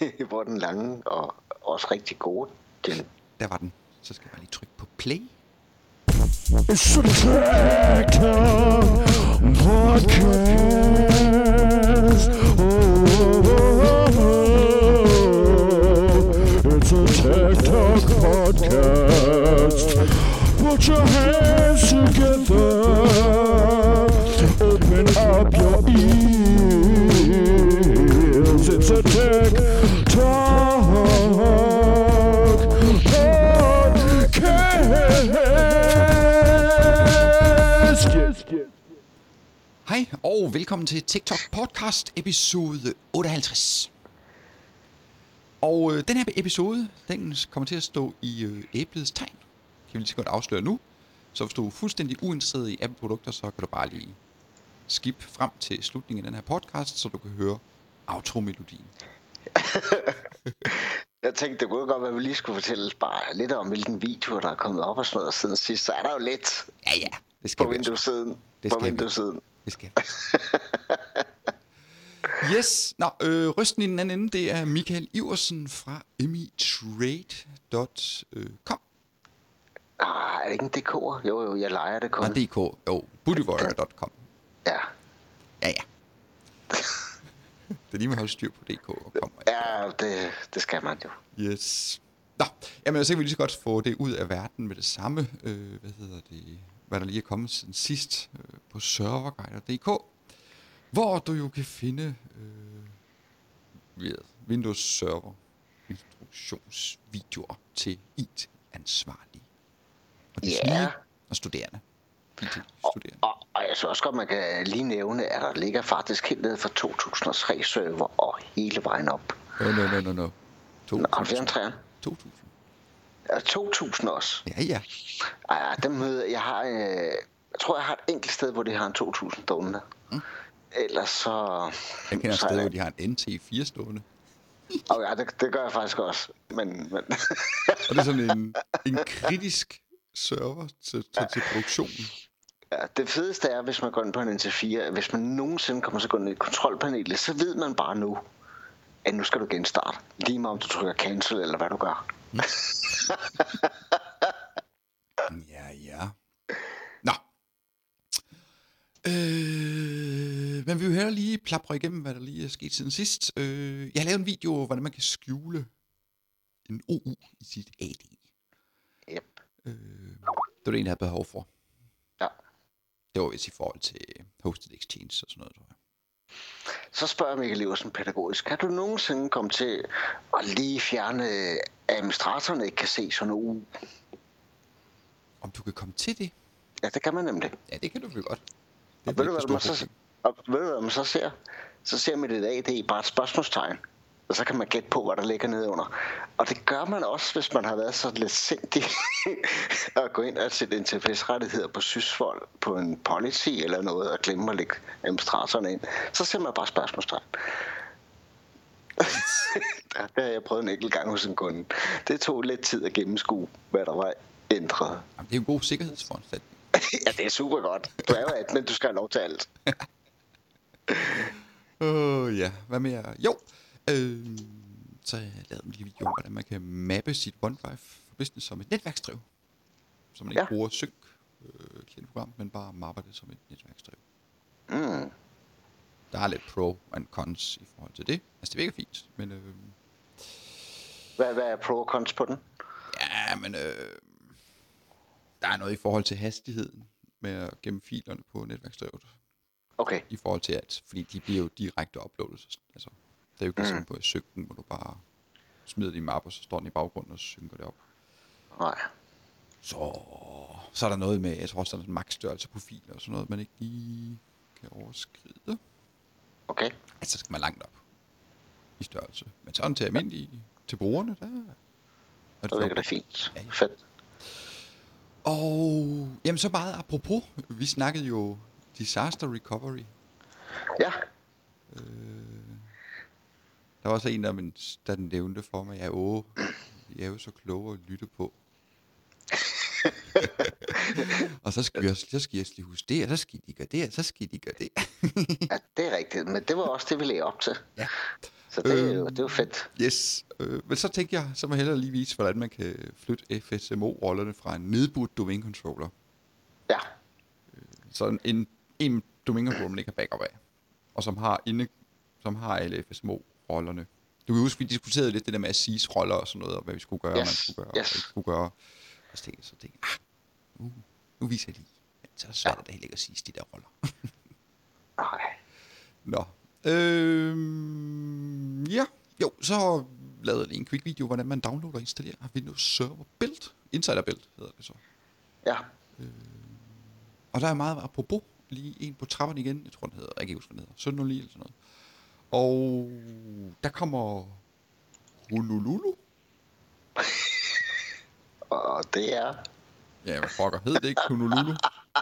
hvor den lange og også rigtig gode. Der var den. Så skal jeg bare lige trykke på play. It's a TikTok podcast. It's a TikTok podcast. Put your hands together. Open up your ears. It's a TikTok podcast. Hej og velkommen til TikTok podcast episode 58. Og den her episode, den kommer til at stå i æblets tegn. Kan vi lige så godt afsløre nu. Så hvis du er fuldstændig uinteresseret i Apple-produkter, så kan du bare lige skip frem til slutningen af den her podcast, så du kan høre outro-melodien. Jeg tænkte, det kunne godt være, at vi lige skulle fortælle bare lidt om, hvilken video, der er kommet op og sådan noget siden sidst. Så er der jo lidt Ja, det skal på vi. vinduesiden. Det skal vi. Det skal vi. Yes. Nå, røsten i den anden ende, det er Michael Iversen fra emitrade.com. Er det ikke en DK'er? Jo, jeg leger det kun. DK, jo, bootywarrior.com. Ja. Ja. Det er lige med at holde styr på DK og kom. Ja, det skal man jo. Yes. Nå, jamen så kan vi lige så godt få det ud af verden med det samme. Hvad der lige er kommet siden sidst på serverguider.dk, hvor du jo kan finde Windows Server instruktionsvideoer til IT-ansvarlige. Og og studerende. IT-studerende. Og jeg synes også godt, man kan lige nævne, at der ligger faktisk helt ned fra 2003 server og hele vejen op. No. 2000. 2000. Ja, 2000 også. Ja. Ej, dem møder jeg har. Jeg tror, jeg har et enkelt sted, hvor de har en 2000 stående. Ellers så. Jeg kender et sted, hvor de har en NT4 stående. Ja, det gør jeg faktisk også. Men. Og det er sådan en kritisk server til produktionen. Ja, det fedeste er, hvis man går ind på en NT4, hvis man nogensinde kommer til at gå ind i kontrolpanelet, så ved man bare nu, at nu skal du genstarte. Lige meget om du trykker cancel, eller hvad du gør. Ja. Nå. Men vi vil hellere lige plapre igennem, hvad der lige er sket siden sidst. Jeg har lavet en video, hvordan man kan skjule en OU i sit AD. Yep. Det var det en, jeg havde behov for. Ja. Det var vist i forhold til Hosted Exchange og sådan noget, tror jeg. Så spørger Michael Iversen pædagogisk, kan du nogensinde komme til at lige fjerne administratorerne ikke kan se sådan en OU? Om du kan komme til det? Ja, det kan man nemlig. Ja, det kan du vel godt. Og ved du, hvad man så ser? Så ser man det i dag, det er bare et spørgsmålstegn. Og så kan man gætte på, hvad der ligger nede under. Og det gør man også, hvis man har været så lidt sindig at gå ind og sætte interface-rettigheder på sysvold, på en policy eller noget, og glemme at lægge administratorerne ind. Så ser man bare spørgsmålstegn. Det har jeg prøvet en enkelt gang hos en kunde. Det tog lidt tid at gennemskue, hvad der var ændret. Jamen, det er jo en god sikkerhedsforanstaltning. Ja, det er super godt. Du er jo admin, du skal have lov til alt. Ja, hvad mere? Jo, så har jeg lavet en lille video om, hvordan man kan mappe sit OneDrive for Business som et netværksdrev. Så man ikke bruger sync klientprogram, men bare mapper det som et netværksdrev. Der er lidt pro and cons i forhold til det. Altså, det virker fint, men Hvad er pro og cons på den? ja, men der er noget i forhold til hastigheden med at gemme filerne på netværksdrevet. Okay. I forhold til at, fordi de bliver jo direkte uploadet. Altså, det er jo ikke sådan på synken, hvor du bare smider din mapper, så står den i baggrunden og synker det op. Nej. Så er der noget med, jeg tror også, der er en maksstørrelse på filer og sådan noget, man ikke lige kan overskride. Okay. Altså, så skal man langt op i størrelse. Men sådan til almindelige, til brugerne, der er det virker det fint. Ja. Fedt. Og jamen så meget apropos, vi snakkede jo disaster recovery. Ja. Der var også en, der nævnte for mig, jeg er jo så klog at lytte på. Og så skal jeg lige huske det, og så skal de gøre det, og så skal de gøre det. Ja, det er rigtigt, men det var også det, vi lagde op til. Ja. Så det er jo fedt. Yes. Men så tænkte jeg, så må jeg hellere lige vise, hvordan man kan flytte FSMO-rollerne fra en nedbudt domain controller. Ja. Så en domain controller, man ikke har backup af, og som har alle FSMO-rollerne. Du kan huske, vi diskuterede lidt det der med at sige roller og sådan noget, og hvad vi skulle gøre, man skulle gøre, og hvad vi skulle gøre. Og så tænkte jeg, nu viser jeg lige. Men så er det svært, at det heller ikke at sige de der roller. Nej. Nå. Ja. Jo, så lavede jeg lige en quick video, hvordan man downloader og installerer Windows Server Build. Insider Build hedder det så. Ja. Og der er meget apropos lige en på trapperne igen. Jeg tror, den hedder, jeg kan ikke huske, hvad den hedder. 1709 eller sådan noget. Og der kommer Honolulu. Og det er... Ja, hvad fucker hed det ikke? Honolulu.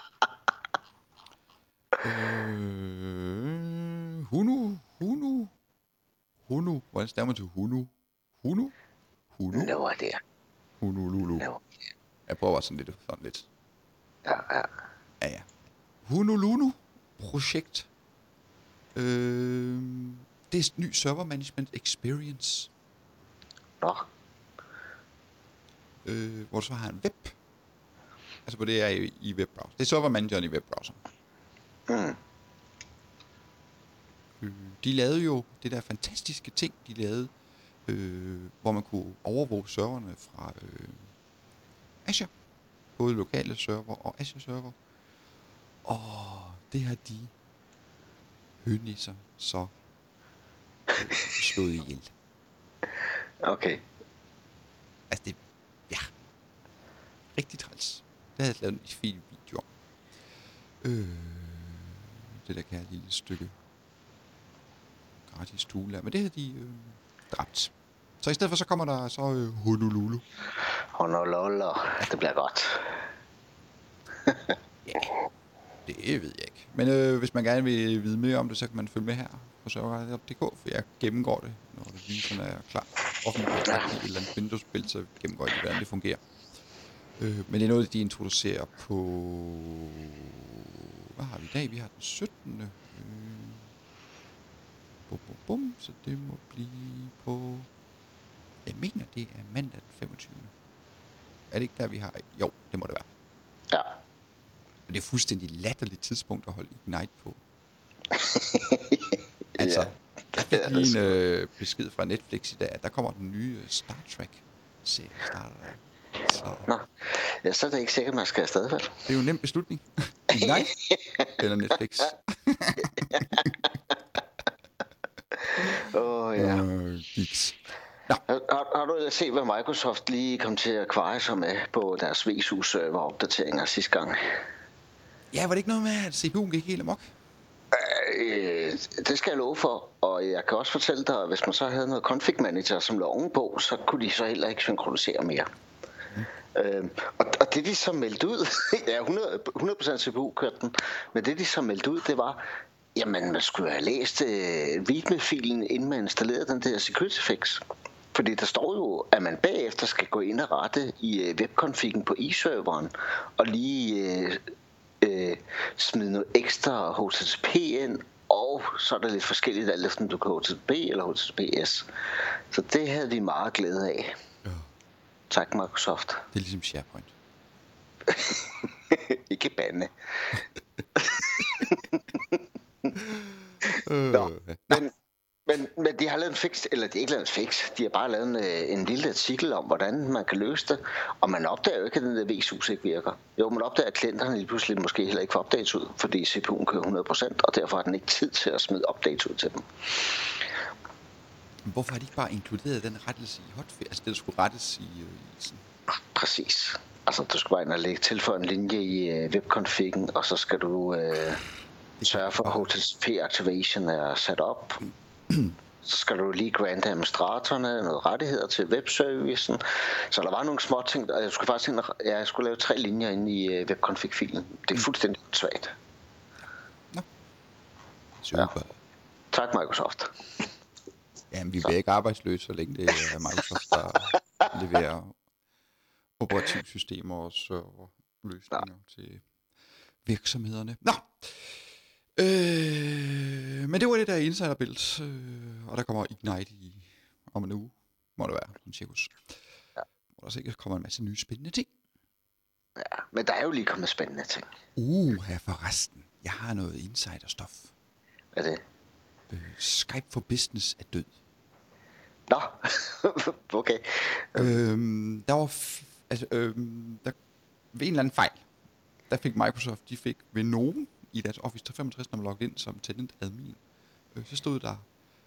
Hunu. Hvordan staver man til Hunu? Hunu? Det var det. Honolulu. Jeg prøver bare sådan lidt. Ja. Ja. Honolulu-projekt. Det er et ny server management experience. Nå. Hvor du så har en web. Altså hvor det er i webbrowser. Det er server manageren i webbrowser. De lavede jo det der fantastiske ting, de lavede, hvor man kunne overvåge serverne fra Azure. Både lokale server og Azure server. Og det har de hønisser så slået ihjel. Okay. Altså det, ja, rigtig træls. Det havde jeg lavet en fin video om. Det der kære lille stykke gratis tool der. Men det havde de dræbt. Så i stedet for så kommer der så Honolulu. Honolulu. Det bliver godt. Ja, det ved jeg ikke. Men hvis man gerne vil vide mere om det, så kan man følge med her på serverguide.dk, for jeg gennemgår det, når viserne er klar. Offentligt i et eller andet Windows-spil, så gennemgår jeg, hvordan det fungerer. Men det er noget, de introducerer på... Hvad har vi i dag? Vi har den 17. Så det må blive på... Jeg mener, det er mandag den 25. Er det ikke der, vi har... Jo, det må det være. Ja. Men det er fuldstændig latterligt tidspunkt at holde Ignite på. Altså, jeg fik lige en besked fra Netflix i dag, at der kommer den nye Star Trek-serie, starter der. Så... Nå, ja, så er det ikke sikkert, man skal afsted, vel? Det er jo en nem beslutning. Ignite eller Netflix. Geeks. Har du ellers set, hvad Microsoft lige kom til at kveje sig med på deres VSU-server-opdateringer sidste gang? Ja, var det ikke noget med, at CPU'en gik helt amok? Det skal jeg love for, og jeg kan også fortælle dig, at hvis man så havde noget config manager som lå ovenpå, så kunne de så heller ikke synkronisere mere. Og det de så meldte ud, ja 100% CPU kørte den, men det de så meldte ud, det var, jamen man skulle have læst readme-filen, inden man installerede den der security fix. Fordi der står jo, at man bagefter skal gå ind og rette i webconfiggen på i-serveren, og lige smide noget ekstra HTTP ind, og så er der lidt forskelligt, alt efter om du kan HTTP eller HTTPS. Så det havde vi meget glæde af. Ja. Tak Microsoft. Det er ligesom SharePoint. Ikke bande. Nå, men de har lavet en fix, eller de har ikke lavet en fix, de har bare lavet en lille artikel om, hvordan man kan løse det, og man opdager jo ikke, at den der VSUS ikke virker. Jo, man opdager, at klienterne lige pludselig måske heller ikke får updates ud, fordi CPU'en kører 100%, og derfor har den ikke tid til at smide updates ud til dem. Hvorfor har de ikke bare inkluderet den rettelse i Hotfix? Altså det, der skulle rettes i sådan... Præcis. Altså du skal bare ind og tilføje en linje i webconfiggen, og så skal du sørge for, at HTTP activation er sat op. Så skal du lige grante administratorerne noget rettigheder til webservicen. Så der var nogle små ting, og jeg skulle faktisk jeg skulle lave 3 linjer inde i webconfig-filen. Det er fuldstændig svagt. Nå. Super. Ja. Tak Microsoft. Jamen, vi bliver ikke arbejdsløse, så længe det er Microsoft, der leverer operativsystemer og server løsninger til virksomhederne. Nå! Men det var det der Insider-build, og der kommer Ignite om en uge, må det være, en cirkus. Ja. Hvor der sikkert kommer en masse nye spændende ting. Ja, men der er jo lige kommet spændende ting. Her forresten. Jeg har noget insider-stof. Hvad er det? Skype for Business er død. Nå, okay. Der var der, ved en eller anden fejl, der fik Microsoft, de fik ved nogen i deres Office 365, når man loggede ind som tenant admin, så stod der,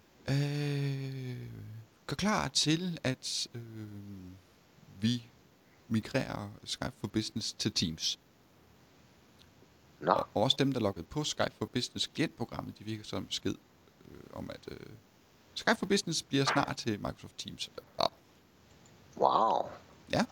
gør klar til, at vi migrerer Skype for Business til Teams. Nå. Og også dem, der loggede på Skype for Business klientprogrammet, de virker som besked om, at Skype for Business bliver snart til Microsoft Teams. Ja. Wow. Ja.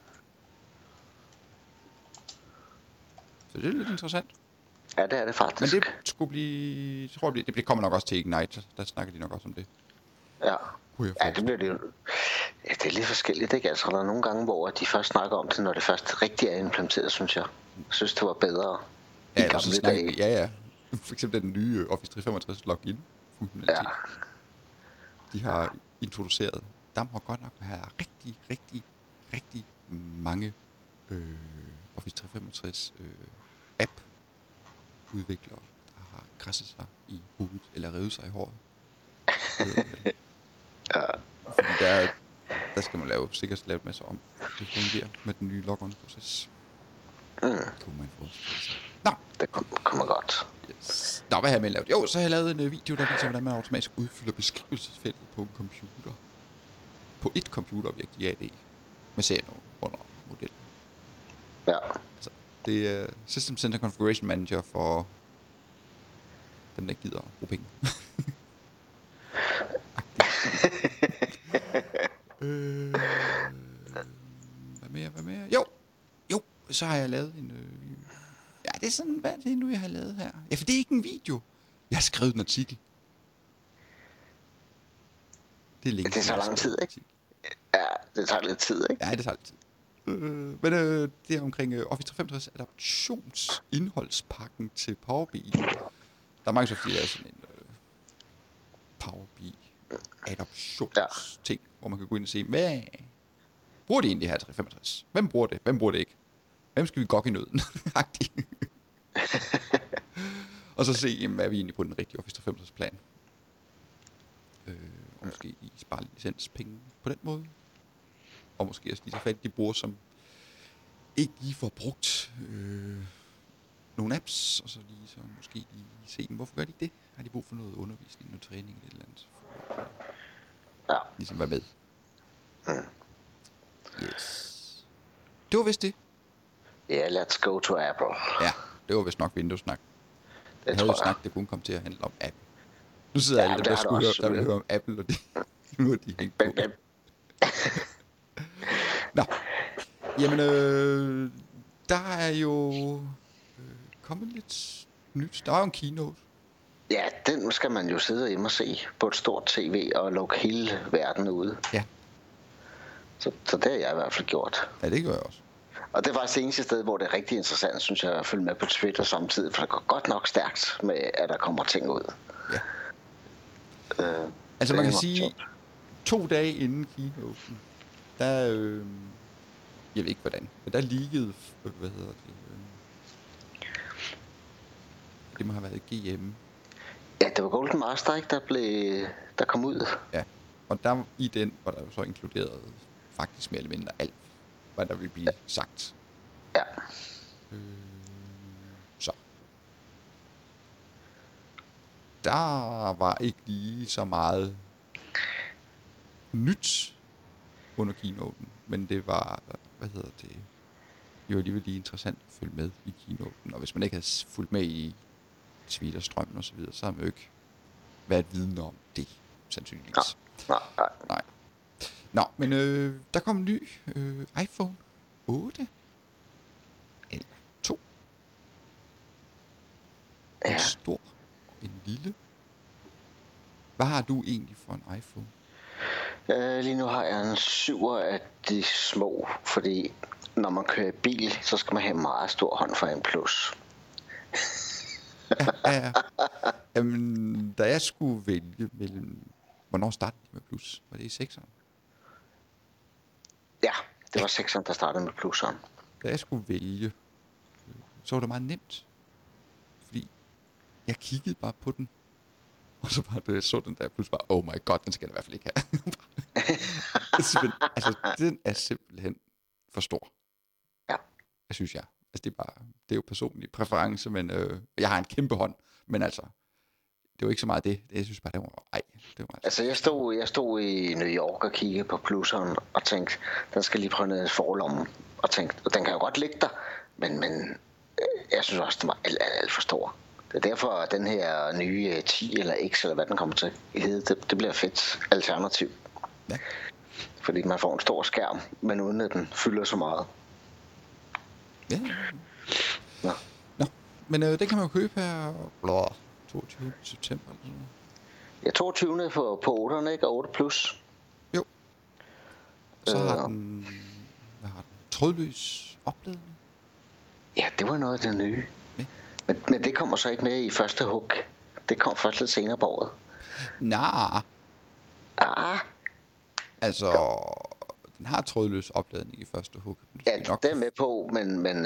Så det er lidt interessant. Ja, det er det faktisk. Men det skulle blive... Jeg tror, det kommer nok også til Ignite. Der snakker de nok også om det. Ja. Ja, det bliver det jo. Ja, det er lidt forskelligt, ikke? Altså, der er nogle gange, hvor de først snakker om det, når det først rigtig er implementeret, synes jeg. Jeg synes, det var bedre i gamle dage. Ja. For eksempel den nye Office 365 login funktionalitet. Ja. De har introduceret. Der må godt nok være rigtig mange Office 365 app udviklere, der har græsset sig i hovedet eller revet sig i håret. Ja. Fordi der skal man sikkert lave en masse om. Det fungerer med den nye logon-proces. Kunne man forestille sig. Nå. Det kommer godt. Yes. Nå, hvad har jeg med lavet? Jo, så har jeg lavet en video, der viser, hvordan man automatisk udfylder beskrivelsesfeltet på en computer. På et computerobjekt i AD. Med serien under modellen. Ja. Altså, det er System Center Configuration Manager for dem, der gider bruge penge. Hvad mere? Jo, så har jeg lavet en... Ja, det er sådan, hvad er det nu, jeg har lavet her? Ja, for det er ikke en video. Jeg har skrevet en artikel. Det er længe. Det er så lang tid, ikke? Ja, det tager lidt tid, ikke? Ja, det tager lidt tid. Men det er omkring Office 365 adaptionsindholdspakken til Power BI. Der er mange, der er sådan en Power BI adaptionsting, hvor man kan gå ind og se, hvad bruger det egentlig her 365? Hvem bruger det? Hvem bruger det ikke? Hvem skal vi gokke i nøden? Og så se, jamen, hvad er vi egentlig på den rigtige Office 365 plan? Og måske I sparer licenspenge på den måde. Og måske også lige så fat de bruger, som ikke lige får brugt nogle apps, og så lige så måske lige se, hvorfor gør de det? Har de brug for noget undervisning, noget træning eller et eller andet? Ja. Ligesom være med. Yes. Det var vist det. Ja, let's go to Apple. Ja, det var vist nok Windows-snak. Jeg havde jo snakket, det kunne komme til at handle om Apple. Nu sidder alle dem, der vil høre om Apple, og nu er de hængt på. Nå, jamen, der er jo kommet lidt nyt. Der er jo en keynote. Ja, den skal man jo sidde hjemme og se på et stort tv og lukke hele verden ude. Ja. Så det har jeg i hvert fald gjort. Ja, det gør jeg også. Og det er faktisk det eneste sted, hvor det er rigtig interessant, synes jeg, at følge med på Twitter samtidig, for det går godt nok stærkt med, at der kommer ting ud. Ja. Altså man kan sige, 2 dage inden keynoten, der, jeg ved ikke hvordan, men der leakede, det må have været GM. Ja, det var Golden Master, ikke, der kom ud. Ja, og der i den var der så inkluderet faktisk mere eller mindre alt, hvad der ville blive sagt. Ja. Så. Der var ikke lige så meget nyt under keynoten, men det var, det var alligevel lige interessant at følge med i keynoten, og hvis man ikke havde fulgt med i Twitter-strømmen og så videre, så har man jo ikke været vidne om det, sandsynligvis. Nej. Nå, men der kom en ny iPhone 8 eller 2. En stor og en lille. Hvad har du egentlig for en iPhone? Lige nu har jeg en 7'er af de små, fordi når man kører i bil, så skal man have en meget stor hånd for en plus. Ja. Jamen, da jeg skulle vælge mellem... Hvornår startede de med plus? Var det i 6'eren? Ja, det var 6'eren, der startede med plusseren. Da jeg skulle vælge, så var det meget nemt. Fordi jeg kiggede bare på den. Og så bare, da jeg så den der plus, bare, oh my god, den skal jeg i hvert fald ikke have. Altså, den er simpelthen for stor. Ja. Jeg synes, jeg. Altså, det er jo personlig præference, men jeg har en kæmpe hånd. Men altså, det var ikke så meget det. Jeg synes bare, det var, Altså, jeg stod i New York og kiggede på plusseren og tænkte, den skal lige prøve ned i forlommen. Og tænkte, den kan jo godt ligge der, men jeg synes også, den var alt for stor. Det er derfor, at den her nye 10 eller X, eller hvad den kommer til i hedde, det bliver fedt alternativ. Ja. Fordi man får en stor skærm, men uden at den fylder så meget. Ja. Nå. Nå. Men den kan man jo købe her 22. september eller sådan noget. Ja, 22. på 8'erne, ikke? Og 8 plus. Jo. Så har den... Hvad har den? Trådløs opladning. Ja, det var noget af det nye. Ja. Men det kommer så ikke med i første hug. Det kom først lidt senere på året. Nej. Altså, den har trådløs opladning i første hug. Ja, det er med på, men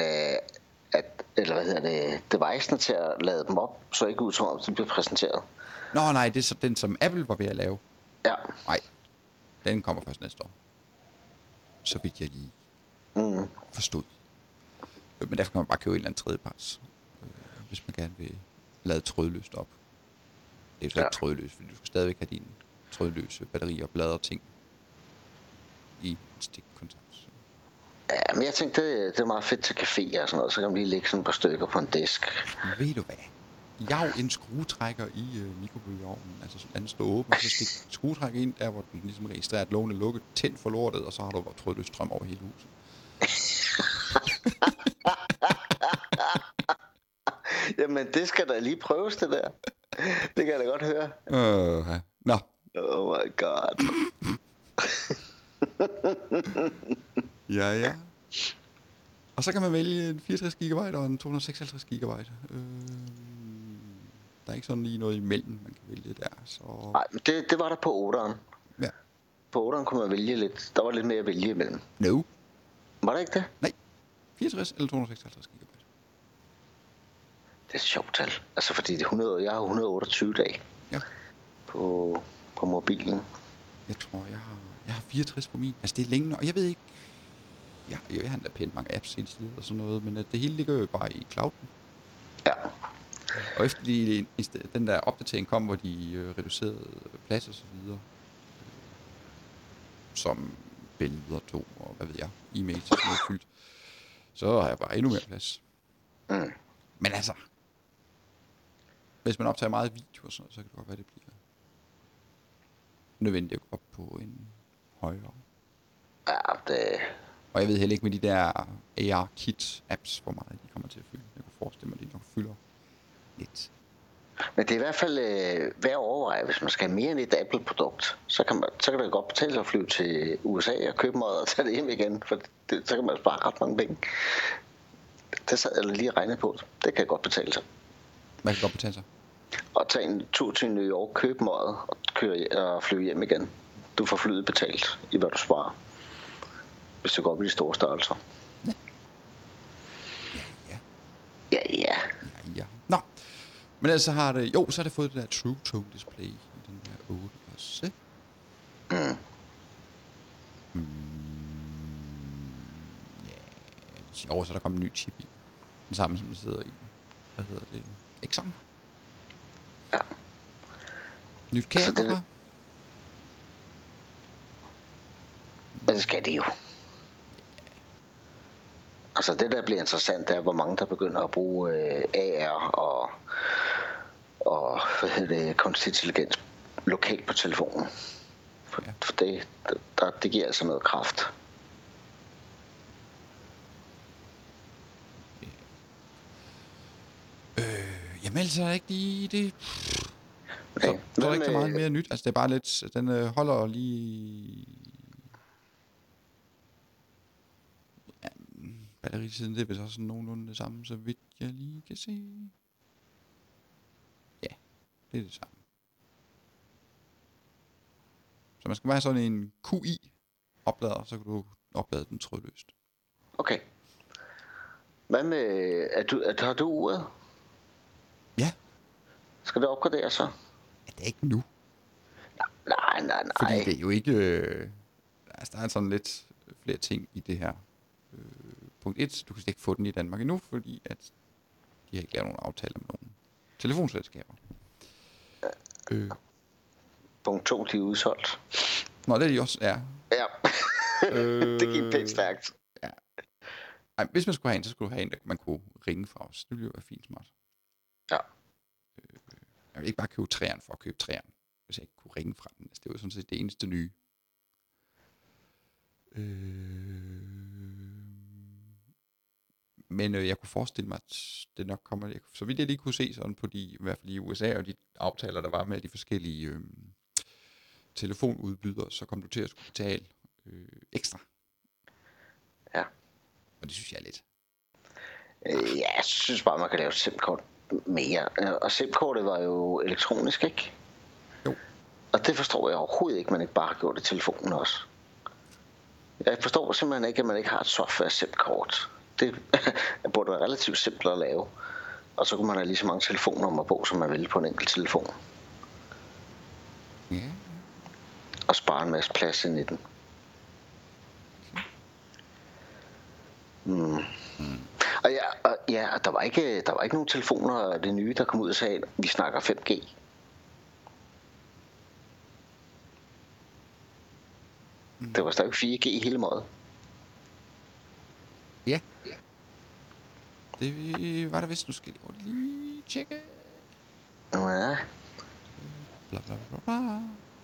devicen til at lade dem op, så ikke ud som om det bliver præsenteret. Nå nej, det er så den, som Apple var ved at lave. Ja. Nej, den kommer først næste år. Så vidt jeg lige forstod. Men derfor kan man bare købe en eller anden tredjeparts, hvis man gerne vil lade trådløst op. Det er jo så ikke trådløst, fordi du skal stadigvæk have dine trådløse batterier og blader ting i en stikkontakt. Ja, men jeg tænkte, det er meget fedt til caféer og sådan noget, så kan man lige lægge sådan et par stykker på en disk. Ved du hvad? Jeg en skruetrækker i mikrobølgeovnen, altså sådan den står åben, og så stik skruetrækker ind, der hvor den ligesom registrerer, at lågen er lukket, tænd for lortet, og så har du bare trådløs strøm over hele huset. Jamen, det skal da lige prøves, det der. Det kan jeg da godt høre. Nå. Oh my god. Ja. Og så kan man vælge en 64 GB og en 256 GB. Der er ikke sådan lige noget imellem, man kan vælge der. Så... Nej, det var der på 8'eren. Ja. På 8'eren kunne man vælge lidt. Der var lidt mere at vælge imellem. No. Var det ikke det? Nej. 64 eller 256 GB. Det er et sjovt tal. Altså fordi det er 100, jeg har 128 dage. Ja. På mobilen. Jeg tror, jeg har 64 på min. Altså det er længe, og jeg ved ikke. Jeg har endda pænt mange apps indstillet og sådan noget, men det hele ligger jo bare i clouden. Ja. Og efter den der opdatering kom, hvor de reducerede plads og så videre, som billeder tog, og hvad ved jeg, e-mails og sådan noget fyldt, så har jeg bare endnu mere plads. Mm. Men altså, hvis man optager meget video og sådan noget, så kan det godt være, det bliver nødvendigt at gå op på en højere. Ja, det... Og jeg ved heller ikke med de der AR-kit-apps, hvor meget de kommer til at fylde. Jeg kunne forestille mig, at de nok fylder lidt. Men det er i hvert fald værd at overveje, hvis man skal have mere end et Apple-produkt, så kan det godt betale sig at flyve til USA og købe noget og tage det hjem igen, for så kan man spare ret mange penge. Det sad jeg lige regnet på. Det kan godt betale sig. Hvad kan godt betale sig? Og tage en tur til New York, købe noget og flyve hjem igen. Du får flyet betalt i hvad du sparer, hvis du går op i de store størrelser. Ja. Nå, men altså har det, så har det fået det der True Tone display i den der 8 også. Ja, så der kommer en ny chip i. Den samme som der sidder i, hvad hedder det, X'eren. Ja. Nyt kamera. Men det skal de jo. Altså det der bliver interessant, det er hvor mange der begynder at bruge AR og kunstig intelligens lokalt på telefonen. For det giver altså noget kraft. Jamen altså er ikke lige det. Så er der ikke så meget mere nyt. Altså det er bare lidt, den holder lige... batteritiden, det er vist også sådan nogenlunde det samme, så vidt jeg lige kan se. Ja, det er det samme. Så man skal bare have sådan en QI-oplader, så kan du oplade den trådløst. Okay. Hvad med... Har du uret? Ja. Skal det opgradere så? Ja, det er ikke nu. Nej. Fordi det er jo ikke... der er sådan lidt flere ting i det her. Punkt 1, du kan slet ikke få den i Danmark endnu, fordi at de har ikke lavet nogen aftaler med nogen telefonselskaber. Punkt 2, de er udsolgt. Nå, det er de også, ja. Ja, det gik pænt stærkt. Ja. Ej, hvis man skulle have en, så skulle du have en, der man kunne ringe fra os. Det ville jo være fint smart. Ja. Jeg vil ikke bare købe træerne for at købe træerne, hvis jeg ikke kunne ringe fra den. Altså, det var sådan set det eneste nye. Men jeg kunne forestille mig, at det nok kommer... Så vidt jeg lige kunne se sådan på de, i hvert fald i USA og de aftaler, der var med de forskellige telefonudbydere, så kom du til at skulle betale ekstra. Ja. Og det synes jeg er lidt. Ja, jeg synes bare, man kan lave et SIM-kort mere. Og SIM-kortet var jo elektronisk, ikke? Jo. Og det forstår jeg overhovedet ikke, man ikke bare har gjort i telefonen også. Jeg forstår simpelthen ikke, at man ikke har et software-SIM-kort. Det burde være relativt simpelt at lave. Og så kunne man have lige så mange telefonnummer på, som man vil på en enkelt telefon. Ja. Og spare en masse plads ind i den. Og der var ikke nogen telefoner af det nye, der kom ud og sagde, vi snakker 5G. Det var stadig 4G i hele måde. Ja. Det var der vist. Nu skal jeg lige tjekke. Ja. Bla bla bla bla.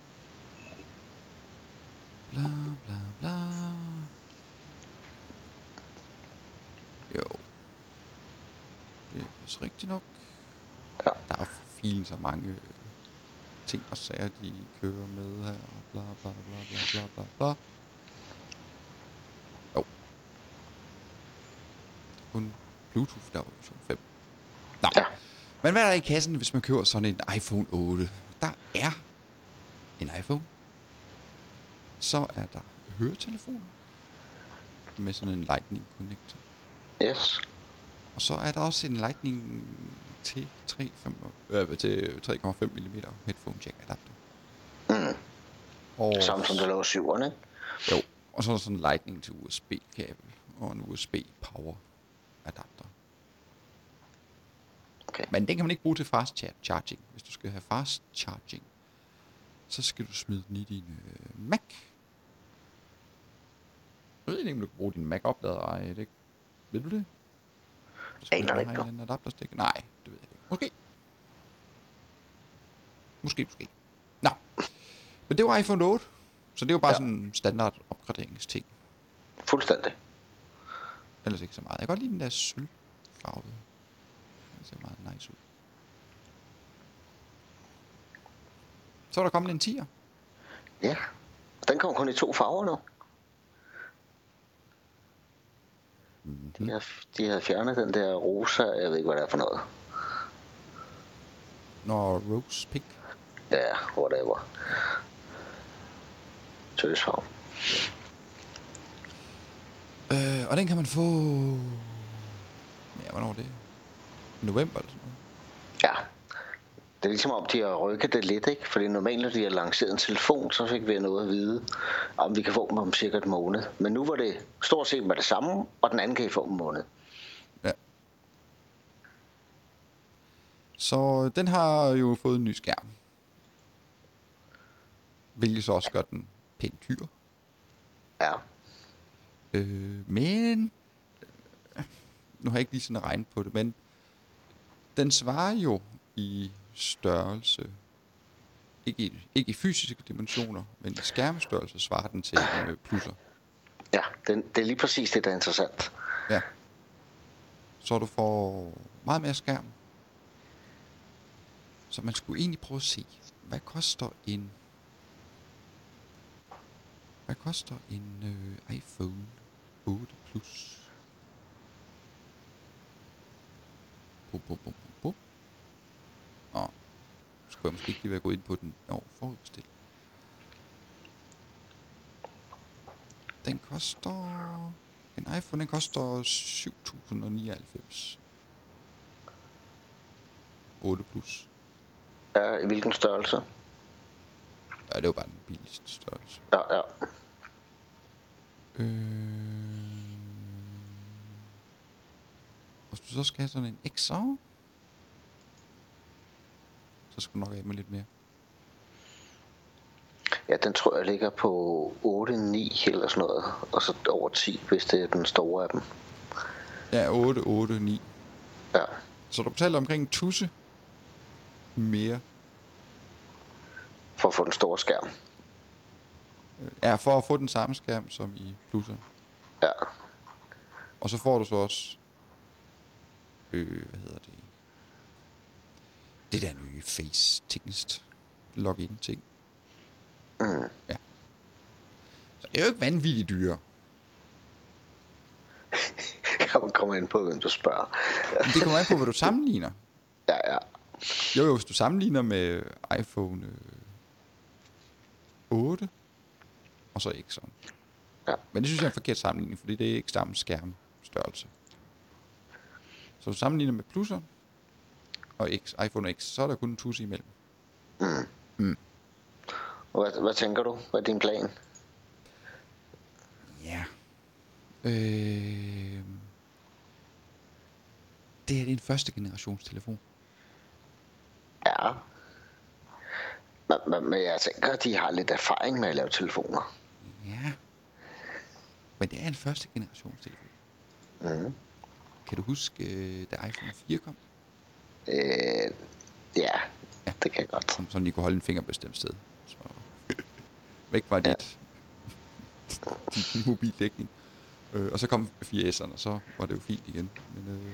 Bla bla bla. Jo. Det er også rigtigt nok. Ja. Der er fint så mange ting og sager, de kører med her. Bla bla bla bla bla bla bla. Jo. Kun Bluetooth, der var version 5. Nå. Ja. Men hvad er der i kassen, hvis man køber sådan en iPhone 8? Der er en iPhone. Så er der høretelefoner med sådan en Lightning connector. Yes. Og så er der også en Lightning til 3,5 mm headphone jack adapter. Og Samme som der lå 7'erne, ikke? jo, og så er der sådan en Lightning til USB-kabel og en USB power adapter. Okay. Men den kan man ikke bruge til fast charging. Hvis du skal have fast charging, så skal du smide den i din Mac. Jeg ved ikke, om du kan bruge din Mac-oplader. Ej, det ved du det? Aner ikke, en adapterstik? Nej, det ved jeg ikke. Måske. Nå. Men det var iPhone 8. Så det var bare sådan en standard opgraderingsting. Fuldstændig. Ellers ikke så meget. Jeg kan godt lide den der sølvfarve. Det ser meget nice ud. Så er der kommet en 10'er. Ja. Den kommer kun i 2 farver nu. De havde fjernet den der rosa, jeg ved ikke, hvad det er for noget. Nå, rose pink. Ja, whatever. Tøsfarve. Og den kan man få... Ja, hvornår er det? November eller sådan noget? Ja. Det er ligesom om, de har rykket det lidt, ikke? Fordi normalt, når de har lanceret en telefon, så fik vi noget at vide, om vi kan få dem om cirka et måned. Men nu var det stort set med det samme, og den anden kan I få en måned. Ja. Så den har jo fået en ny skærm. Hvilket så også gør den pænt dyr. Ja. Men... Nu har jeg ikke lige sådan regnet på det, men... Den svarer jo i størrelse... Ikke i fysiske dimensioner, men i skærmestørrelse svarer den til plusser. Ja, det er lige præcis det, der er interessant. Ja. Så du får meget mere skærm. Så man skulle egentlig prøve at se, hvad koster en iPhone 8 Plus? Nå, skulle jeg måske ikke lige være gået ind på den. Jo, forudbestil. Den koster... En iPhone, den koster 7.099. 8 plus. Ja, i hvilken størrelse? Ja, det var bare den billigste størrelse. Ja. Hvis du så skal have sådan en XR, så skal du nok have med lidt mere. Ja, den tror jeg ligger på 8-9 eller sådan noget. Og så over 10, hvis det er den store af dem. Ja, 8, 9. Ja. Så du betaler omkring 1000 mere. For at få den store skærm. Ja, for at få den samme skærm som i Plus'eren. Ja. Og så får du så også... hvad hedder det? Det der nye Face Tingest login ting. Ja. Så det er jo ikke vanvittigt dyre. Kan man komme ind på, hvem du spørger. Men det kommer an på, hvad du sammenligner. Ja. Jo, hvis du sammenligner med iPhone 8 og så X'eren. Ja. Men det synes jeg er en forkert sammenligning, fordi det er ikke samme skærmstørrelse. Så du sammenligner med Plus'eren og iPhone X, så er der kun en 1000 imellem. Hvad tænker du? Hvad er din plan? Ja. Det her er en første generations telefon. Ja. Men jeg tænker, at de har lidt erfaring med at lave telefoner. Ja. Men det er en første generations telefon. Kan du huske, da iPhone 4 kom? Ja, det kan jeg godt. Som de kunne holde en finger bestemt sted. Så væk var det mobildækning. Og så kom 4S'erne, og så var det jo fint igen. Men,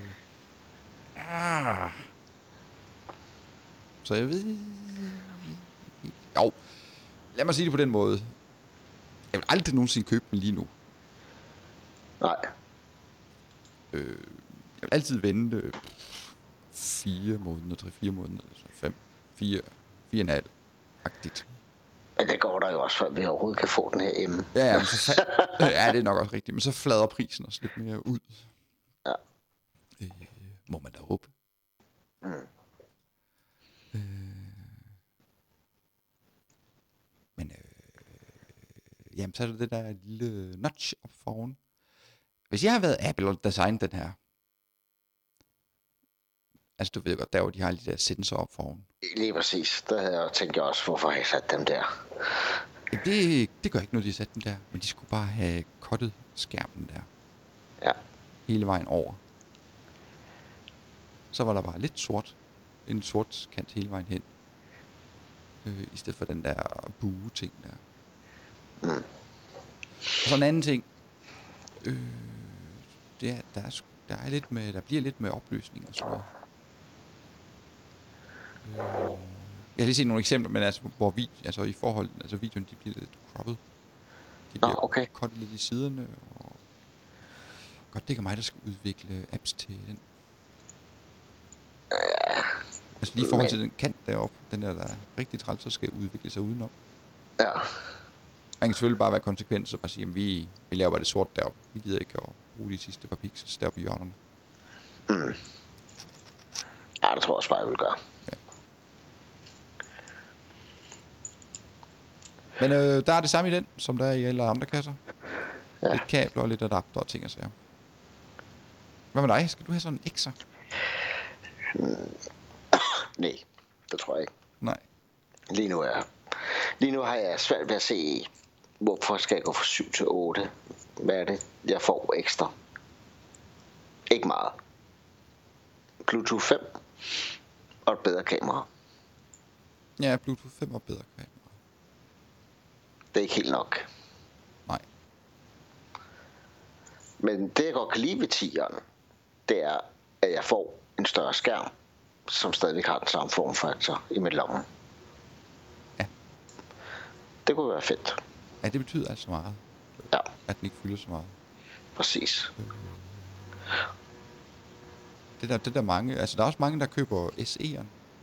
Så jeg ved... Jo, lad mig sige det på den måde. Jeg vil aldrig nogensinde købe den lige nu. Nej. Jeg vil altid vente 4 måneder, 3-4 måneder, altså 5, 4, 4,5-agtigt. Men det går der jo også, før vi overhovedet kan få den her hjemme. Ja, men så ja, det er nok også rigtigt. Men så flader prisen også lidt mere ud. Ja. Må man da håbe. Men jamen, så er det der lille notch op foran. Hvis jeg har været Apple og designet den her, altså du ved godt, der hvor de har de der sensorer op foran. Lige præcis. Der havde jeg tænkt også, hvorfor har jeg sat dem der. Det gør ikke noget, de har sat den der, men de skulle bare have cuttet skærmen der. Ja. Hele vejen over. Så var der bare lidt sort. En sort kant hele vejen hen. I stedet for den der bue-ting der. Og så en anden ting. Det er, der bliver lidt med opløsning og sådan noget. Jeg har lige set nogle eksempler, men altså, hvor i forhold, altså videoen, de bliver lidt cropped. De bliver cuttet lidt i siderne, og godt, det er mig, der skal udvikle apps til den. Altså lige i forhold til den kant deroppe, den der er rigtig træls, så skal udvikle sig udenom. Ja. Man kan selvfølgelig bare være konsekvent, så bare sige, at vi laver bare det sort deroppe. Vi gider ikke at bruge de sidste par pixels deroppe i hjørnerne. Ja, det tror jeg også bare, jeg vil gøre. Ja. Men der er det samme i den, som der er i alle andre kasser. Ja. Lidt kabler og lidt adapter og ting og sager. Hvad med dig? Skal du have sådan en X'er? Nej, det tror jeg ikke. Nej. Lige nu har jeg svært ved at se, hvorfor skal jeg gå fra 7 til 8. Hvad er det, jeg får ekstra? Ikke meget. Bluetooth 5 og et bedre kamera. Ja, Bluetooth 5 og bedre kamera. Det er ikke helt nok. Nej. Men det jeg godt kan lide ved 10'eren, det er, at jeg får en større skærm, som stadigvæk har den samme formfaktor i mit lomme. Ja. Det kunne være fedt. Ja, det betyder altså meget. Ja. At den ikke fylder så meget. Præcis. Det der mange, altså der er også mange, der køber SE'eren.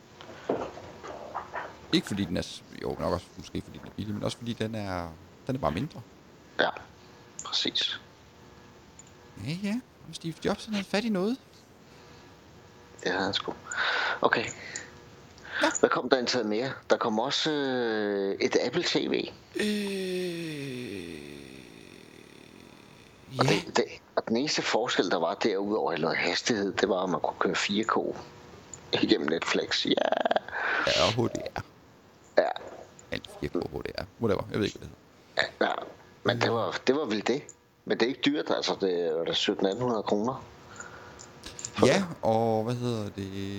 Ikke fordi den er, jo nok også måske fordi den er billig, men også fordi den er bare mindre. Ja, præcis. Ja, om Steve Jobs havde fat i noget. Det havde han sgu. Okay. Ja. Hvad kom der indtil mere? Der kom også et Apple TV. Ja. Og den eneste forskel, der var derudover i noget hastighed, det var, at man kunne køre 4K igennem Netflix. Ja. Ja, og HDR. Ja. Alt 4K HDR. Whatever, jeg ved ikke, hvad det hedder. Ja, men det var vel det. Men det er ikke dyrt, altså. Det er 1700-1800 kroner. Ja, og hvad hedder det?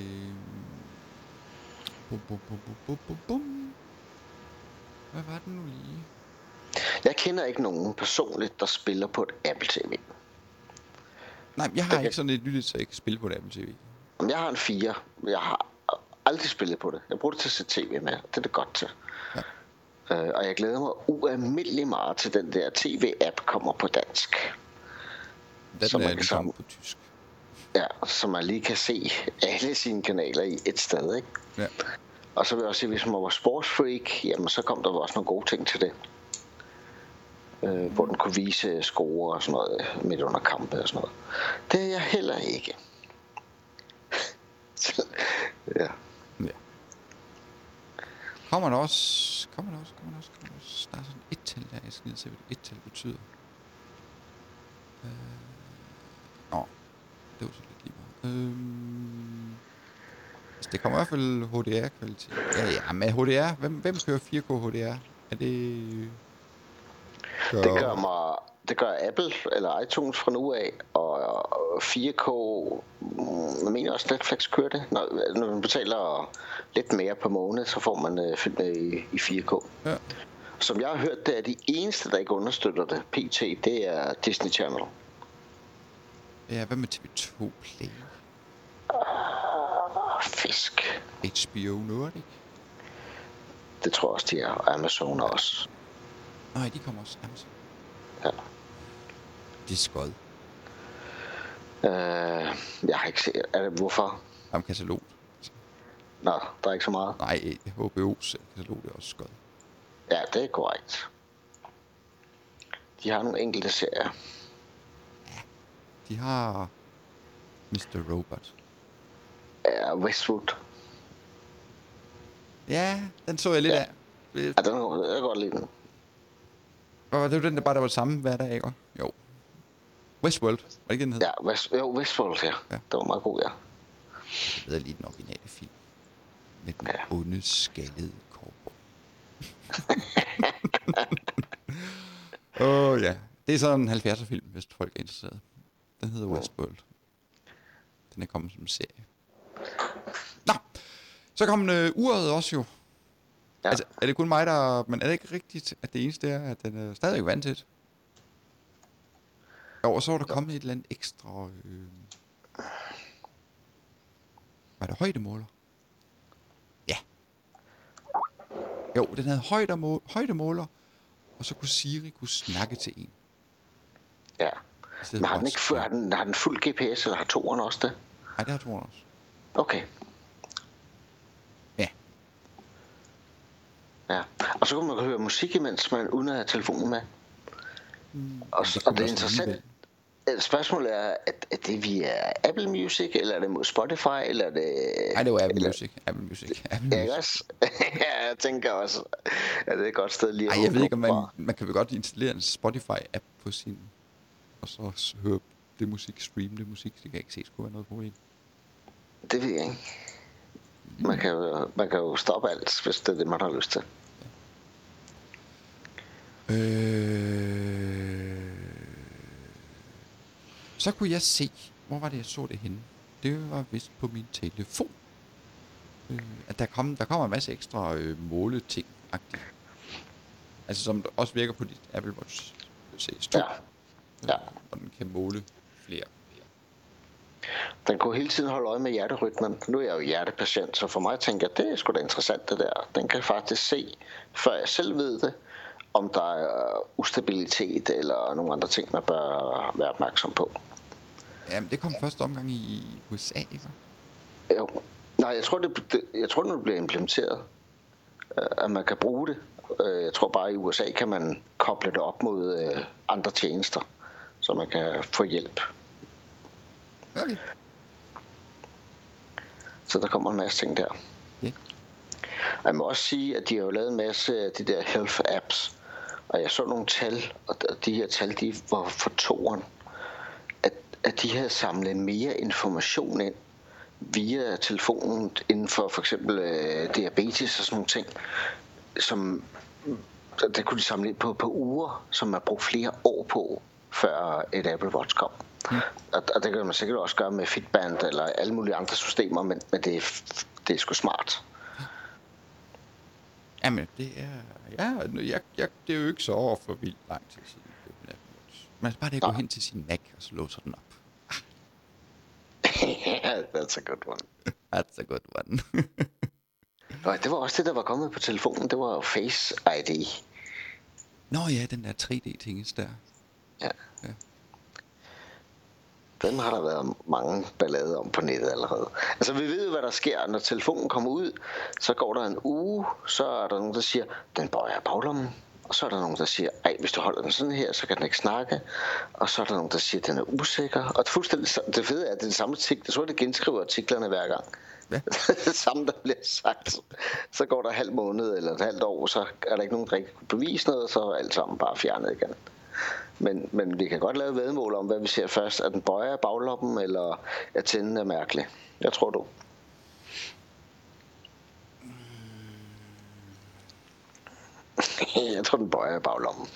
Bum. Hvad var det nu lige? Jeg kender ikke nogen personligt, der spiller på et Apple TV. Nej, jeg har ikke sådan et lyttet, så jeg kan spille på et Apple TV. Jeg har en 4. Jeg har aldrig spillet på det. Jeg bruger det til at se tv med. Det er det godt til. Ja. Og jeg glæder mig ualmindelig meget til den der TV-app kommer på dansk. Den er lige kommet på tysk. Ja, så man lige kan se alle sine kanaler i et sted, ikke? Ja. Og så vil jeg også sige, hvis man var sportsfreak, jamen så kom der også nogle gode ting til det. Hvor den kunne vise score og sådan noget midt under kampe og sådan noget. Det er jeg heller ikke. Ja. Kommer der også. Der er sådan et tal der, jeg skal lige se, hvad et tal betyder. Det var så lidt lige meget. Altså, det kommer i hvert fald HDR-kvalitet. Ja, men HDR, hvem kører 4K HDR? Er det... Det gør Apple eller iTunes fra nu af, og 4K, jeg mener også Netflix kører det. Når man betaler lidt mere per måned, så får man filmet i 4K. Ja. Som jeg har hørt, det er de eneste, der ikke understøtter det, PT, det er Disney Channel. Ja, hvad med TV2 Play? Fisk. HBO Nordic? Det tror jeg også, de er. Og Amazon også. Nej, de kommer også. Amazon. Ja. Det er skød. Jeg har ikke set. Hvorfor? Om katalog. Nå, der er ikke så meget. Nej, HBO's katalog er også skød. Ja, det er korrekt. De har nogle enkelte serier. Ja. De har Mr. Robot. Ja, Westwood. Ja, den så jeg lidt af. Ja, den er jeg godt lide den. Og det var den, der bare var samme hver dag, ikke? Jo. Westworld, var det ikke den hed? Ja, Westworld, ja. Det var meget god, ja. Jeg ved lige den originale film. Med den onde, skaldede cowboy. Ja. Det er sådan en 70'er film, hvis folk er interesseret. Den hedder Westworld. Den er kommet som en serie. Nå, så kom uret også jo. Ja. Altså, er det kun mig, der... Men er det ikke rigtigt, at det eneste er, at den er stadig vant til det? Jo, og så var der kommet et eller andet ekstra... Var det højdemåler? Ja. Jo, den havde højdemåler, og så kunne Siri snakke til en. Ja. Men har den ikke har den fuld GPS, eller har toeren også det? Nej, det har toeren også. Okay. Ja, og så kunne man høre musik, imens man uden at have telefonen med. Og det er interessant. Spørgsmålet er det via Apple Music, eller er det mod Spotify, eller er det... Nej, det var Apple Music. Ja, også. Ja, jeg tænker også, at det er et godt sted lige at... Ej, jeg ved ikke, om man kan vel godt installere en Spotify-app på sin... Og så høre det musik, streame det musik. Det kan jeg ikke se, skulle være noget problem. Det ved jeg ikke. Man kan jo stoppe alt, hvis det er det, man har lyst til. Så kunne jeg se, hvor var det, jeg så det henne? Det var vist på min telefon. At der kommer en masse ekstra måleting-agtigt. Altså som også virker på dit Apple Watch Series 2. Ja. Og den kan måle flere. Den kunne hele tiden holde øje med hjerterytmen. Nu er jeg jo hjertepatient, så for mig tænker jeg, det er sgu da interessant det der. Den kan faktisk se, før jeg selv ved det, om der er ustabilitet eller nogle andre ting, man bør være opmærksom på. Jamen, det kom første omgang i USA, ikke? Jo. Nej, jeg tror, det bliver implementeret, at man kan bruge det. Jeg tror bare, i USA kan man koble det op mod andre tjenester, så man kan få hjælp. Okay. Så der kommer en masse ting der. Ja. Og jeg må også sige, at de har jo lavet en masse af de der health apps. Og jeg så nogle tal, og de her tal, de var for toeren, at de havde samlet mere information ind via telefonen inden for eksempel diabetes og sådan nogle ting, som der kunne de samle ind på uger, som man brugte flere år på, før et Apple Watch kom. Og det kan man sikkert også gøre med Fitband eller alle mulige andre systemer, men det er sgu smart. Jamen, det er... Ja, det er jo ikke så for vildt lang tid siden. Man skal bare det gå hen til sin Mac, og så låser den op. That's a good one. That's a good one. Nej, det var også det, der var kommet på telefonen. Det var jo Face ID. Nå ja, den der 3D-tinges der. Ja. Den har der været mange ballader om på nettet allerede. Altså, vi ved jo, hvad der sker, når telefonen kommer ud. Så går der en uge, så er der nogen, der siger, den bøjer baglommen. Og så er der nogen, der siger, ej, hvis du holder den sådan her, så kan den ikke snakke. Og så er der nogen, der siger, den er usikker. Og det fede er, at det er den samme artikel. Jeg tror, det genskriver artiklerne hver gang. Ja. Det samme, der bliver sagt. Så går der halv måned eller et halvt år, så er der ikke nogen, der rigtig kunne bevise noget, så er alt sammen bare fjernet igen. Men vi kan godt lave vedmål om, hvad vi ser først. Er den bøjer af bagloppen, eller er tænden er mærkelig? Jeg tror du. Jeg tror, den bøjer af baglommen.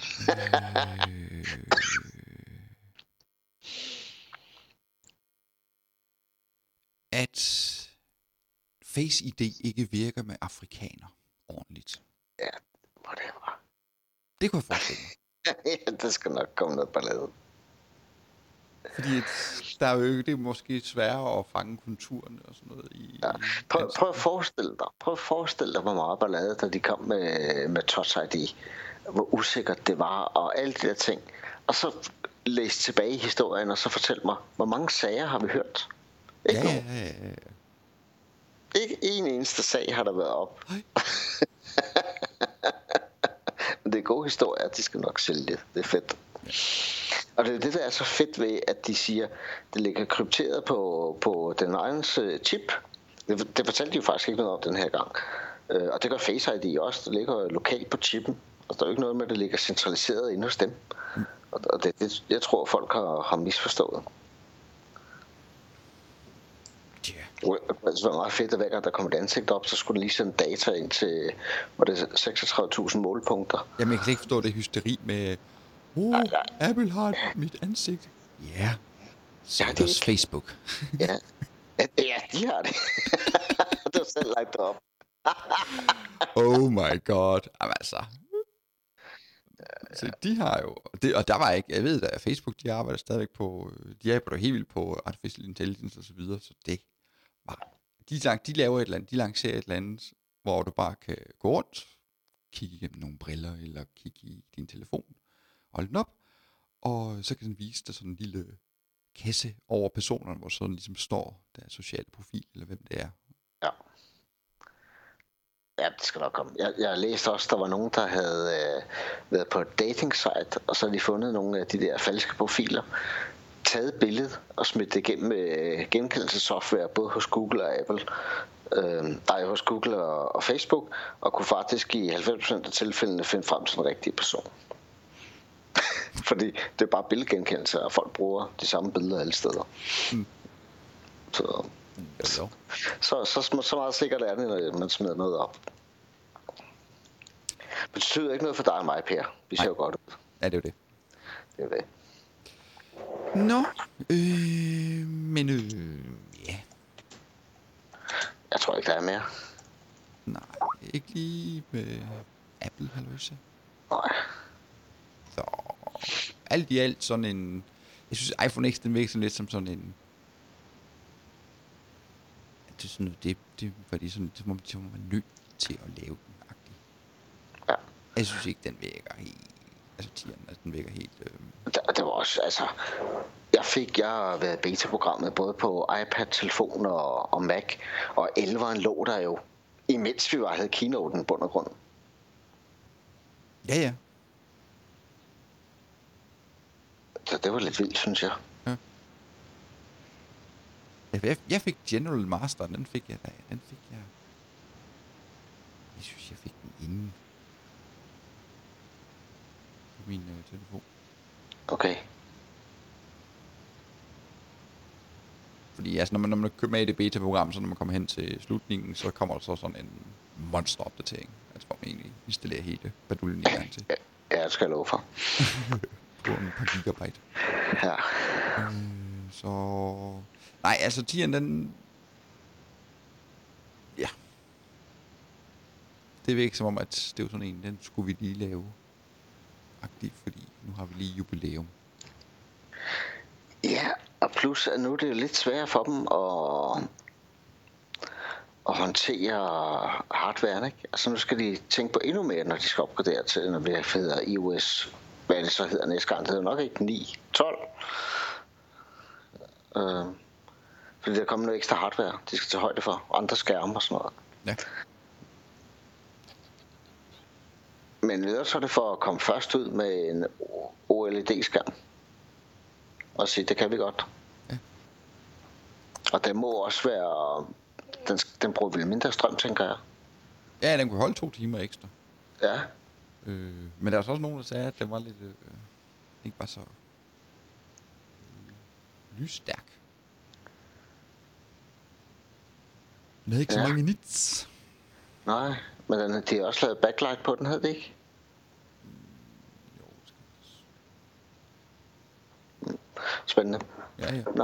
At Face ID ikke virker med afrikaner ordentligt. Ja, whatever. Det kunne jeg forestille mig. Ja, det skal nok komme noget ballade. Fordi der er jo ikke, det er måske sværere at fange konturerne og sådan noget i... Ja. Prøv at forestille dig, hvor meget ballade, da de kom med Touch ID. Hvor usikkert det var, og alle de der ting. Og så læs tilbage i historien, og så fortæl mig, hvor mange sager har vi hørt? Ikke nogen. Ja. Ikke en eneste sag har der været op. Men det er gode historier, de skal nok sælge det. Det er fedt. Ja. Og det er det, der er så fedt ved, at de siger, det ligger krypteret på den egens chip. Det fortalte de jo faktisk ikke noget om den her gang. Og det gør Face ID også. Det ligger lokalt på chippen. Og der er jo ikke noget med, at det ligger centraliseret inde hos dem. Og det jeg tror, folk har misforstået. Det var meget fedt, at hver gang der kom et ansigt op, så skulle den lige sende data ind til 36.000 målpunkter. Jamen, jeg kan ikke forstå det hysteri med, Apple har mit ansigt. Ja, så er det Facebook. Ja, de har det. Det var selv lagt op. Oh my god. Jamen altså. Så de har jo, og der var ikke, jeg ved at Facebook, de arbejder stadigvæk på, de arbejder helt vildt på artificial intelligence og så videre, så det var, de laver et eller andet, de lancerer et eller andet, hvor du bare kan gå rundt, kigge igennem nogle briller, eller kigge i din telefon, holde den op, og så kan den vise dig sådan en lille kasse over personerne, hvor sådan ligesom står der sociale profil, eller hvem det er. Ja. Ja, det skal nok komme. Jeg læste også, der var nogen, der havde været på et dating site, og så havde de fundet nogle af de der falske profiler, taget billedet og smidt det igennem genkendelsessoftware, både hos Google og Apple, hos Google og Facebook, og kunne faktisk i 90% af tilfældene finde frem til den rigtige person. Fordi det er bare billedgenkendelse, og folk bruger de samme billeder alle steder. Så meget sikkert er det, når man smider noget op. Det betyder ikke noget for dig og mig, Per. Vi ser jo godt ud. Ja, det er jo det. Det er det. Nå, men ja. Jeg tror ikke, der er mere. Nej, ikke lige med Apple, har du ikke? Nej. Så alt i alt sådan en... Jeg synes, iPhone X, den virker sådan lidt som sådan en... Det er sådan det fordi sådan, det må man nødt til at lave den agtig. Ja. Jeg synes ikke, den virker helt... Altså, den virker helt... Det var også, altså... Jeg har været beta-programmet både på iPad, telefon og Mac, og 11'eren lå der jo, imens vi havde keynoten bund og grund. Ja. Så det var lidt vildt, synes jeg. Jeg fik General Master, den fik jeg. Jeg synes, jeg fik den inden på min telefon. Okay. Fordi altså, når man køber med i det beta-program, så når man kommer hen til slutningen, så kommer der så sådan en monster-opdatering. Altså, hvor man egentlig installerer hele baduljen i gang til. Ja, det skal jeg love for. På en par gigabyte. Ja. Så... Nej, altså 10'eren, den... Ja. Det virker som om, at det er sådan en, den skulle vi lige lave. Aktivt, fordi nu har vi lige jubilæum. Ja, og plus at nu er det jo lidt sværere for dem at håndtere hardware, ikke? Altså nu skal de tænke på endnu mere, når de skal opgradere til, når vi hedder iOS, hvad det så hedder næste gang, det hedder nok ikke 9, 12. Fordi der kommer noget ekstra hardware, de skal tage højde for, andre skærme og sådan noget. Ja. Men videre så er det for at komme først ud med en OLED-skærm. Og sige, det kan vi godt. Ja. Og det må også være... Den bruger vel mindre strøm, tænker jeg. Ja, den kunne holde 2 timer ekstra. Ja. Men der er så også nogen, der sagde, at den var lidt... ikke bare så... lysstærk. Den havde ikke så mange nits. Nej, men de har også lavet backlight på den, havde de ikke? Jo, Spændende. Ja. Nå.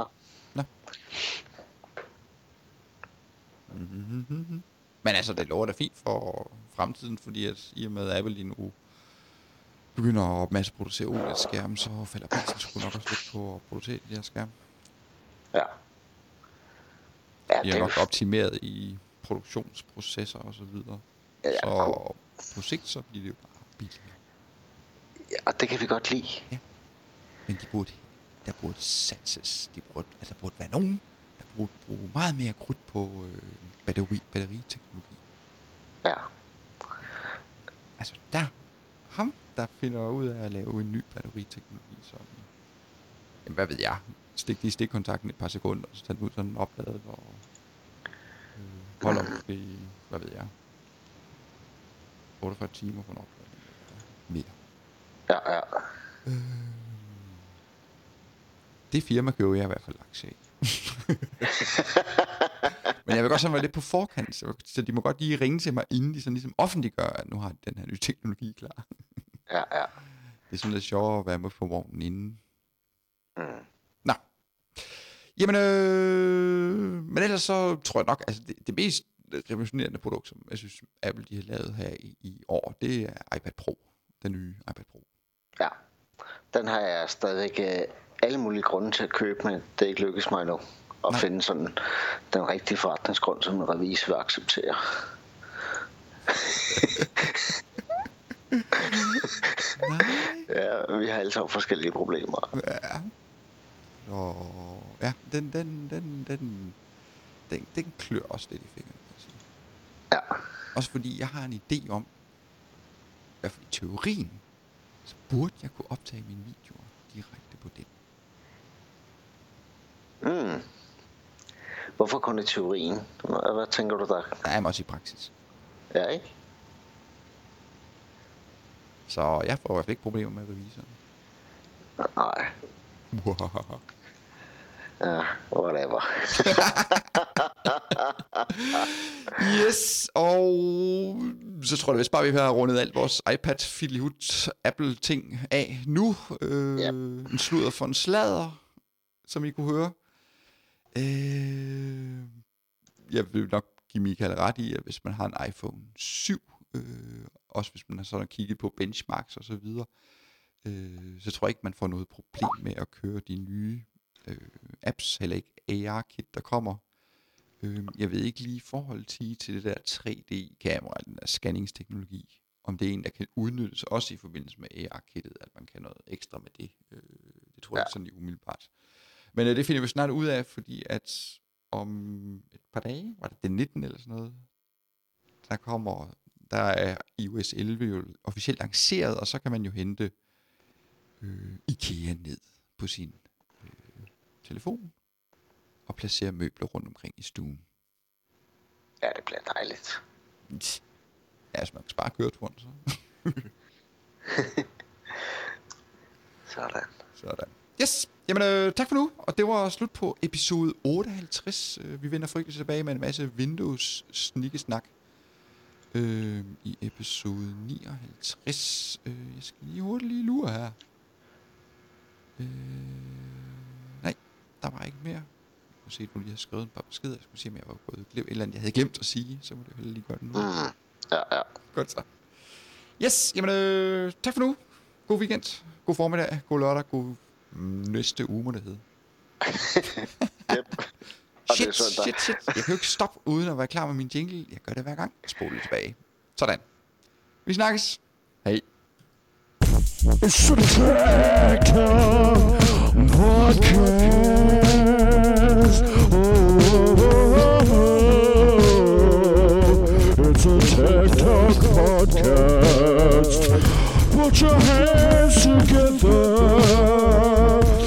Mm-hmm. Men altså, det lover da fint for fremtiden, fordi at i og med Apple lige nu begynder at masseproducere OLED-skærme, så falder prisen sgu nok også lidt på at producere de her skærme. Ja. De er nok optimeret i produktionsprocesser og så videre. Ja, så på sigt så bliver det jo bare billigere. Ja, og det kan vi godt lide. Ja. Men der burde satses. Der burde være nogen, der burde bruge meget mere krudt på batteriteknologi. Ja. Altså der finder ud af at lave en ny batteriteknologi, som... Jamen, hvad ved jeg? Stik lige stikkontakten et par sekunder, og så tager den ud sådan opladet, og holder måske, hvad ved jeg, 48 timer for en opladning. Mere. Ja. Det firma køber jeg i hvert fald aktie i. Men jeg vil godt sådan være lidt på forkant, så de må godt lige ringe til mig, inden de sådan ligesom offentliggør, at nu har de den her nye teknologi klar. Ja. Det er sådan lidt sjovere at være med på vognen inden. Mm. Nå. Jamen, men ellers så tror jeg nok, altså det mest revolutionerende produkt, som jeg synes Apple de har lavet her i år, det er iPad Pro. Den nye iPad Pro. Ja. Den har jeg stadig alle mulige grunde til at købe, men det er ikke lykkes mig endnu at finde sådan den rigtige forretningsgrund, som en revisor vil acceptere. Ja, vi har alle sammen forskellige problemer. Ja. Og ja, den klør også lidt i fingrene. Ja. Også fordi jeg har en idé om, i hvert fald i teorien, så burde jeg kunne optage mine videoer direkte på den. Hvorfor kun i teorien? Hvad tænker du der? Der er også i praksis. Ja, ikke? Så jeg får i hvert fald ikke problemer med revisoren. Nej. Ja, whatever. Yes, og så tror jeg vist bare, vi har rundet alt vores iPad, Filihut, Apple-ting af nu. En sludder for en sladder, som I kunne høre. Jeg vil nok give Michael ret i, at hvis man har en iPhone 7, også hvis man har sådan kigget på benchmarks og så videre, så tror jeg ikke, man får noget problem med at køre de nye apps, heller ikke AR-kit, der kommer. Jeg ved ikke lige i forhold til det der 3D-kamera, den der scanningsteknologi, om det er en, der kan udnyttes også i forbindelse med AR-kittet, at man kan noget ekstra med det. Det tror jeg ikke sådan lige umiddelbart. Men det finder vi snart ud af, fordi at om et par dage, var det den 19. eller sådan noget, der er iOS 11 jo officielt lanceret, og så kan man jo hente IKEA ned på sin telefon og placere møbler rundt omkring i stuen. Ja, det bliver dejligt. Ja, så man kan spare køreturen, så. Sådan. Yes, jamen tak for nu, og det var slut på episode 58. Vi vender frygteligt tilbage med en masse Windows-snikkesnak i episode 59. Jeg skal lige hurtigt lure her. Nej, der var ikke mere. Jeg kunne se, at du lige havde skrevet et par beskeder. Jeg skulle se, om jeg var gået glip et eller andet, jeg havde glemt at sige. Så må det heller lige gøre det nu. Ja. Godt så. Yes, jamen tak for nu. God weekend, god formiddag, god lørdag, god næste uge, må det hedde. Yep. Shit. Jeg kan jo ikke stoppe uden at være klar med min jingle. Jeg gør det hver gang. Spol det tilbage. Sådan. Vi snakkes. Hej. It's a Tech Talk podcast. It's a Tech Talk podcast. Put your hands together.